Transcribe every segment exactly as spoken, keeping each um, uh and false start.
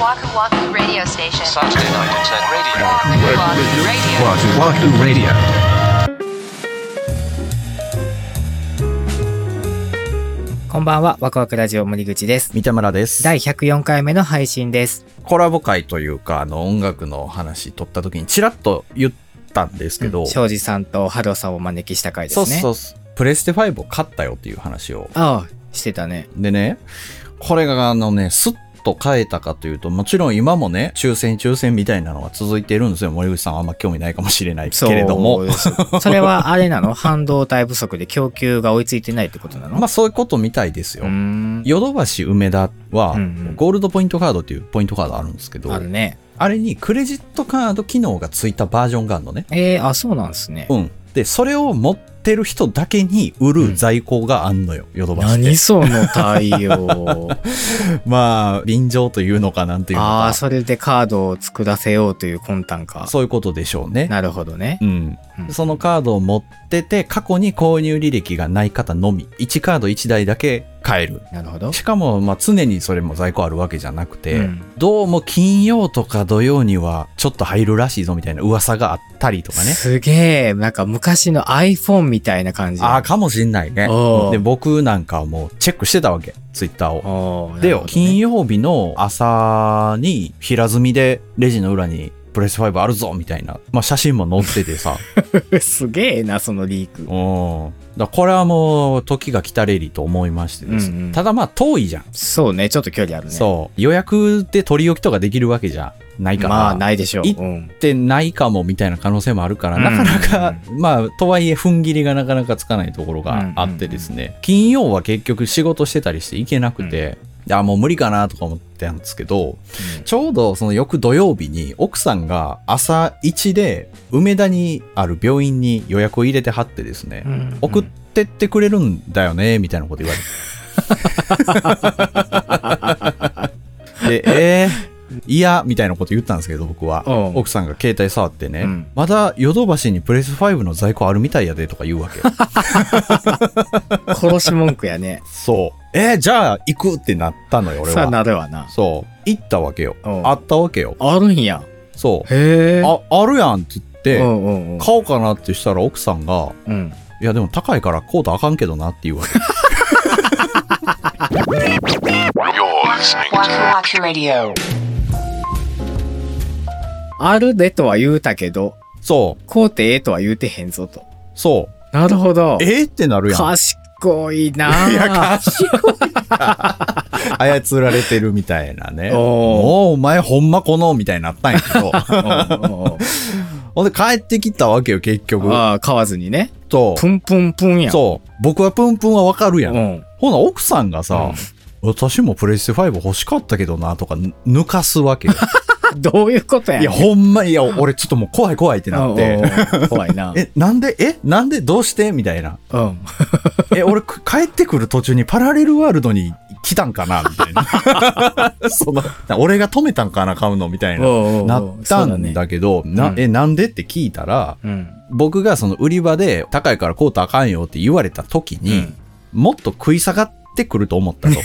Waku Waku Radio Station. Saturday night at ten radio. Waku Waku Radio. Wahoo Wahoo Radio. こんばんは、ワクワクラジオ森口です。 三田村です。 だいひゃくよんかいめの配信です。 コラボ会というか、あの音楽の話撮った時にちらっと言ったんですけど、 うん、庄司さんとハロさんをお招きした回ですね。 そうそう、プレステファイブを買ったよっていう話を。 ああ、してたね。 でね、これがあのね、スッと買えたかというと、もちろん今もね、抽選抽選みたいなのが続いているんですよ。森口さんはあんま興味ないかもしれないけれども。 そうです。それはあれなの半導体不足で供給が追いついてないってことなの？ まあそういうことみたいですよ。 うーん。 ヨドバシ梅田は、 うんうん、 ゴールドポイントカードっていうポイントカードあるんですけど、 あるね。 あれにクレジットカード機能がついたバージョンがあるのね。 えー、あ、そうなんですね。 うん。で、それを持ってる人だけに売る在庫があんのよ、ヨドバシって。 何その対応。 まあ、便乗というのかなんていうのか。 ああ、それでカードを作らせようという魂胆か。 そういうことでしょうね。 なるほどね。 うん。 うん、 そのカードを持ってて、過去に購入履歴がない方のみ、いちカードいちだいだけ買える。 なるほど。 しかも、まあ、常にそれも在庫あるわけじゃなくて、 うん、 どうも金曜とか土曜にはちょっと入るらしいぞみたいな噂があったりとかね。 すげえ、なんか昔の iPhone みたいな感じ。 ああ、かもしんないね。で、僕なんかはもうチェックしてたわけ、ツイッターを。で、ね、金曜日の朝に平積みでレジの裏にプレスファイブあるぞみたいな、まあ、写真も載っててさ。 すげえな、そのリーク。 うん。だこれはもう時が来たれりと思いましてです、ね、うんうん、ただまあ遠いじゃん。 そうね、ちょっと距離あるね。 そう予約で取り置きとかできるわけじゃないから、 まあないでしょう。 行ってないかもみたいな可能性もあるから、うん、なかなか、うんうん、まあとはいえ踏ん切りがなかなかつかないところがあってですね、うんうんうん、金曜は結局仕事してたりして行けなくて、うん、いやもう無理かなとか思ってたんですけど、うん、ちょうどその翌土曜日に奥さんが朝一で梅田にある病院に予約を入れてはってですね、うんうん、送ってってくれるんだよねみたいなこと言われてでえーいやみたいなこと言ったんですけど、僕は奥さんが携帯触ってね、うん、まだヨドバシにプレスファイブの在庫あるみたいやでとか言うわけ殺し文句やね。 そうえー、じゃあ行くってなったのよ俺は。 さあなるわな。 そう行ったわけよ。あったわけよ。 あるんや。 そうへー あ, あるやんって言って、 うんうんうん、 買おうかなってしたら奥さんが、うん、いやでも高いから買うとあかんけどなって言うわけ。 あるでとは言うたけど、 そう。 買うてええとは言うてへんぞと。 そう。 なるほど。 えー、ってなるやん。 賢いな。 いや、賢いな。操られてるみたいなね。 おもうお前ほんまこのみたいになったんやけど。ほんで帰ってきたわけよ、結局。 ああ、買わずにね。 そう。 プンプンプンやん。 そう。僕はプンプンはわかるやん。うん、ほな、奥さんがさ、うん、私もプレステファイブ欲しかったけどなとか抜かすわけよ。 どういうことやねん。 いや、ほんまに、いや、俺ちょっともう怖い怖いってなって。 怖いな。 え、なんでえなんでどうしてみたいな。うん。え、俺、帰ってくる途中にパラレルワールドに来たんかなみたいな。その、俺が止めたんかな買うのみたいな。おうおうおうなったんだけど、ね、な、え、なんでって聞いたら、うん、僕がその売り場で高いから買うとあかんよって言われた時に、うん、もっと食い下がってくると思ったと。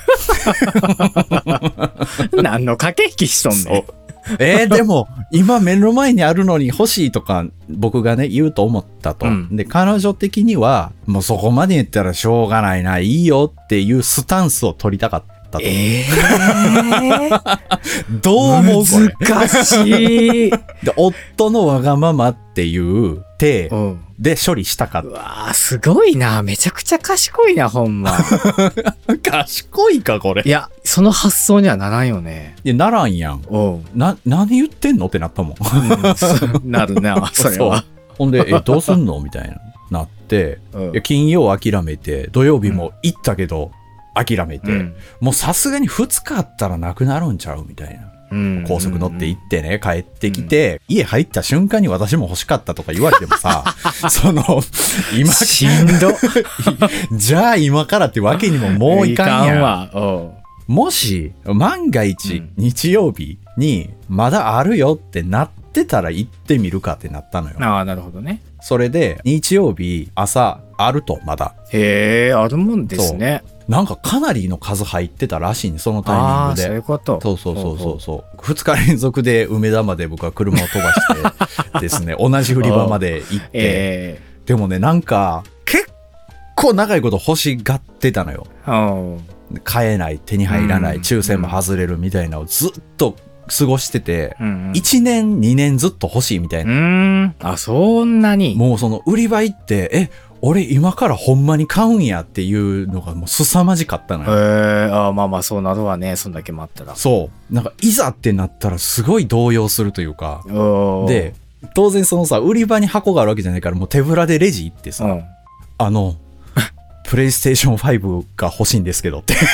何の駆け引きしとんねん。 えー、でも今目の前にあるのに欲しいとか僕がね言うと思ったと、うん、で彼女的にはもうそこまで言ったらしょうがないないいよっていうスタンスを取りたかったと。 えー、 どう思うこれ。 難しい。 で夫のわがままっていう手で処理したかった。 うわーすごいな。めちゃくちゃ賢いなほんま。 賢いかこれ。 いやその発想にはならんよね。 いやならんやん。おうな何言ってんのってなったもん。 うん、なるなそれは。 ほんでえどうすんのみたいななって、うん、いや金曜諦めて土曜日も行ったけど、うん、諦めて、うん、もうさすがにふつかあったらなくなるんちゃうみたいな。うん、高速乗って行ってね、帰ってきて、うん、家入った瞬間に私も欲しかったとか言われてもさ、その、今、 しんど。 じゃあ今からってわけにももういかんやん。 いかんわ。 もし、万が一、うん、日曜日にまだあるよってなってたら行ってみるかってなったのよ。 ああ、なるほどね。 それで、日曜日朝あるとまだ。 へえ、あるもんですね。 なんかかなりの数入ってたらしいね、そのタイミングで。 ああ、そういうこと。 そうそうそうそうそうふつか連続で梅田まで僕は車を飛ばしてですね同じ売り場まで行って、 えでもねなんか結構長いこと欲しがってたのよ。 ー、 買えない、手に入らない、 うん抽選も外れるみたいなのをずっと過ごしてて、 うんうん、 いちねんにねんずっと欲しいみたいうな。 ーん。あ、そんなに。 もうその売り場行ってえ俺今からほんまに買うんやっていうのがもう凄まじかったのへよ。 えー、あまあまあそうなるわね。そんだけ待ったら。 そうなんかいざってなったらすごい動揺するというか、 おー、 で当然そのさ売り場に箱があるわけじゃないからもう手ぶらでレジ行ってさ、 うん、 あのプレイステーションファイブが欲しいんですけどって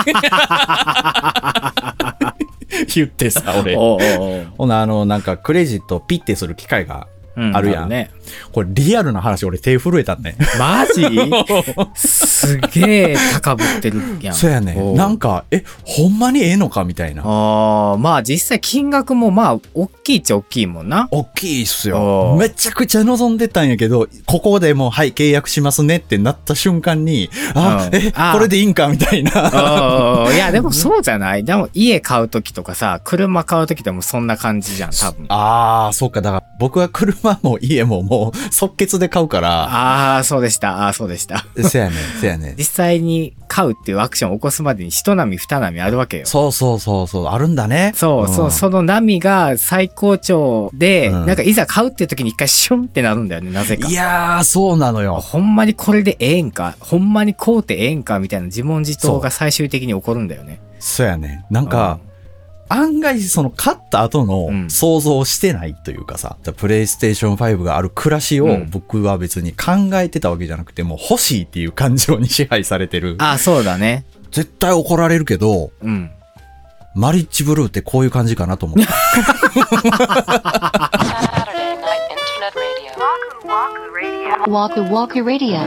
言ってさ俺おーおーほなあのなんかクレジットピッてする機械がうん、 あるやん、 ね。 これリアルな話俺手震えたね。 マジすげえ高ぶってるやん。 そうやねおうなんかえほんまにええのかみたいな。 ああ、まあ実際金額もまあ大きいっちゃ大きいもんな。 大きいっすおよ。 うめちゃくちゃ望んでたんやけど、ここでもうはい契約しますねってなった瞬間に、あ、 うんえ、 あこれでいいんかみたいな。 ああ、いやでもそうじゃない。でも家買うときとかさ、車買うときでもそんな感じじゃん、多分。 ああ、そっか。だから僕は車も家ももう即決で買うから。 ああ、そうでした。ああ、そうでした。 せやねん、せやねん。 実際に買うっていうアクションを起こすまでに一波二波あるわけよ。 そうそうそうそう、あるんだね。 そう、 んそう、その波が最高潮で、 うんなんかいざ買うっていう時に一回シュンってなるんだよね、なぜか。 いやー、そうなのよ。 ほんまにこれでええんか、ほんまにこうてええんかみたいな自問自答が最終的に起こるんだよね。 そうやねん。なんか、案外その買った後のうん想像してないというかさ、プレイステーションファイブがある暮らしをうん僕は別に考えてたわけじゃなくて、もう欲しいっていう感情に支配されてる。 ああ、そうだね。 絶対怒られるけど、 うん。 マリッジブルーってこういう感じかなと思って。 Saturday Night Internet Radio. Waku Waku Radio.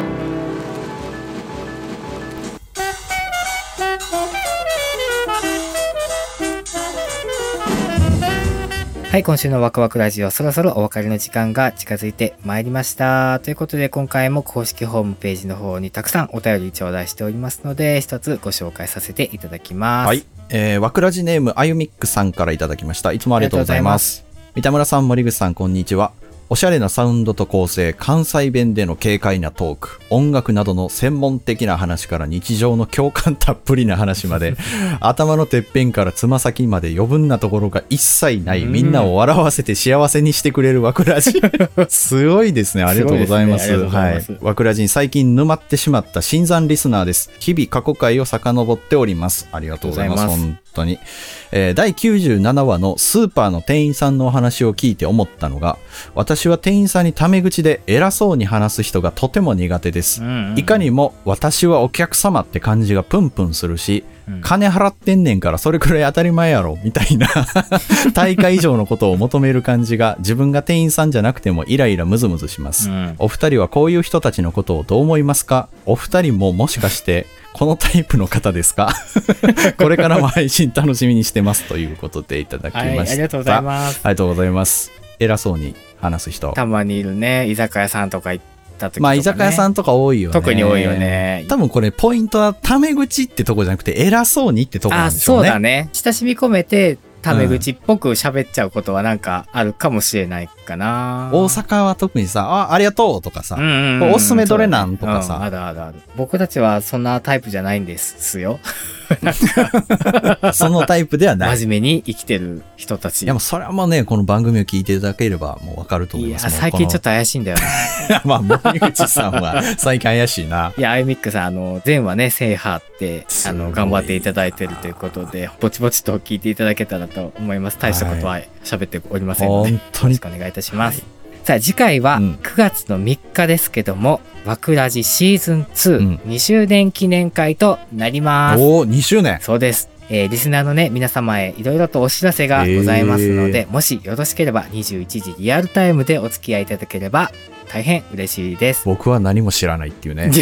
はい、今週のワクワクラジオ、そろそろお別れの時間が近づいてまいりました。ということで、今回も公式ホームページの方にたくさんお便り頂戴しておりますので、一つご紹介させていただきます。 はい。えー、ワクラジネームあゆみっくさんからいただきました。いつもありがとうございます。三田村さん、森口さん、こんにちは。おしゃれなサウンドと構成、関西弁での軽快なトーク、音楽などの専門的な話から日常の共感たっぷりな話まで、頭のてっぺんからつま先まで余分なところが一切ない、みんなを笑わせて幸せにしてくれるワクラジ。すごいですね。ありがとうございます。 すごいですねありがとうございますはい。ワクラジに最近沼ってしまった新参リスナーです。日々過去回を遡っております。ありがとうございます。 ありがとうござい本当に。えー、だいきゅうじゅうななわのスーパーの店員さんのお話を聞いて思ったのが、私は店員さんにタメ口で偉そうに話す人がとても苦手です。 うんうんうん、 いかにも私はお客様って感じがプンプンするし、 うん、 金払ってんねんからそれくらい当たり前やろみたいな対価以上のことを求める感じが自分が店員さんじゃなくてもイライラムズムズします、うん、お二人はこういう人たちのことをどう思いますか？お二人ももしかしてこのタイプの方ですか？これからも配信楽しみにしてますということでいただきました、はい、 ありがとうございます。 ありがとうございます。偉そうに話す人たまにいるね。居酒屋さんとか行った時とか、ね、 まあ居酒屋さんとか多いよね。 特に多いよね。 多分これポイントはタメ口ってとこじゃなくて偉そうにってとこなんでしょうね。 あ、そうだね。親しみ込めてタメ口っぽく喋っちゃうことはなんかあるかもしれないかな。 大阪は特にさ、あ、ありがとうとかさ、 うんうんうん、 おすすめどれなんとかさ、 うん、あるあるある。僕たちはそんなタイプじゃないんですよ。なんかそのタイプではない。 真面目に生きてる人たち。 いやもうそれはもうね、この番組を聞いていただければもうわかると思います。 いや、最近ちょっと怪しいんだよな。 まあ、森口さんは最近怪しいな。 いや、アイミックさん、あの、前話ね、制覇って、あの、頑張っていただいてるということで、ぼちぼちと聞いていただけたらと思います。大したことは喋っておりませんので、 本当によろしくお願いいたします。はい、さあ、次回はくがつのみっかですけども、うん、ワクラジシーズンツー、うん、にしゅうねん記念会となります。 おー、にしゅうねん。 そうです。えー、リスナーのね、皆様へいろいろとお知らせがございますので、えー、もしよろしければにじゅういちじリアルタイムでお付き合いいただければ大変嬉しいです。 僕は何も知らないっていうね。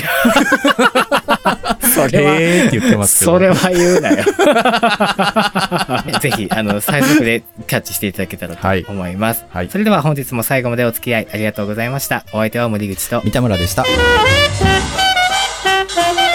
それは、 えーって言ってますけど。 それは言うなよ。ぜひ、あの、最速でキャッチしていただけたらと思います。はいはい、それでは本日も最後までお付き合いありがとうございました。お相手は森口と三田村でした。